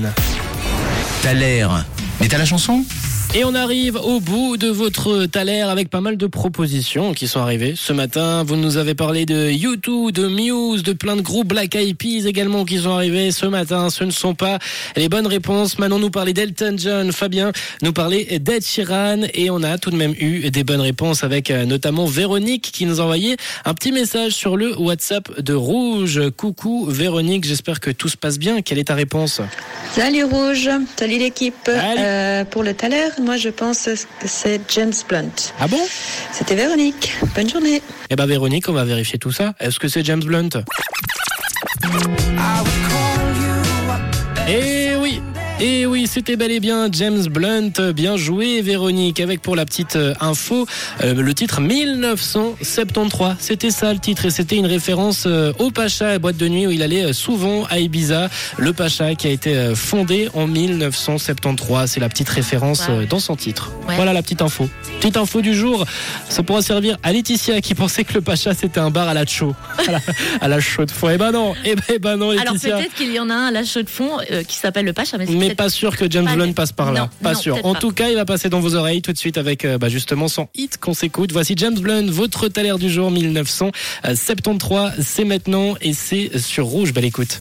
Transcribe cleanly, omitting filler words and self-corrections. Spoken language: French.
Slimane. T'as l'air. Mais t'as la chanson ? Et on arrive au bout de votre Thaler avec pas mal de propositions qui sont arrivées ce matin. Vous nous avez parlé de U2, de Muse, de plein de groupes, Black Eyed Peas également qui sont arrivés ce matin. Ce ne sont pas les bonnes réponses. Manon nous parlait d'Elton John, Fabien nous parlait d'Ed Sheeran et on a tout de même eu des bonnes réponses avec notamment Véronique qui nous envoyait un petit message sur le WhatsApp de Rouge. Coucou Véronique, j'espère que tout se passe bien. Quelle est ta réponse ? Salut Rouge, salut l'équipe. Salut. Pour le Thaler, moi je pense que c'est James Blunt. Ah bon ? C'était Véronique. Bonne journée. Eh ben Véronique, on va vérifier tout ça. Est-ce que c'est James Blunt ? Et oui, c'était bel et bien James Blunt. Bien joué Véronique. Avec pour la petite info, le titre 1973. C'était ça le titre et c'était une référence au Pacha, la boîte de nuit où il allait souvent à Ibiza. Le Pacha qui a été fondé en 1973. C'est la petite référence dans son titre. Ouais. Voilà la petite info. Petite info du jour. Ça pourra servir à Laetitia qui pensait que le Pacha c'était un bar à la chaux. À la chaux de fond. Eh ben non Laetitia. Alors peut-être qu'il y en a un à la chaux de fond qui s'appelle le Pacha. Mais pas sûr que James Blunt passe par là. Non, pas sûr. En tout cas, il va passer dans vos oreilles tout de suite avec justement son hit qu'on s'écoute. Voici James Blunt, votre Thaler du jour 1973. C'est maintenant et c'est sur Rouge. Belle écoute.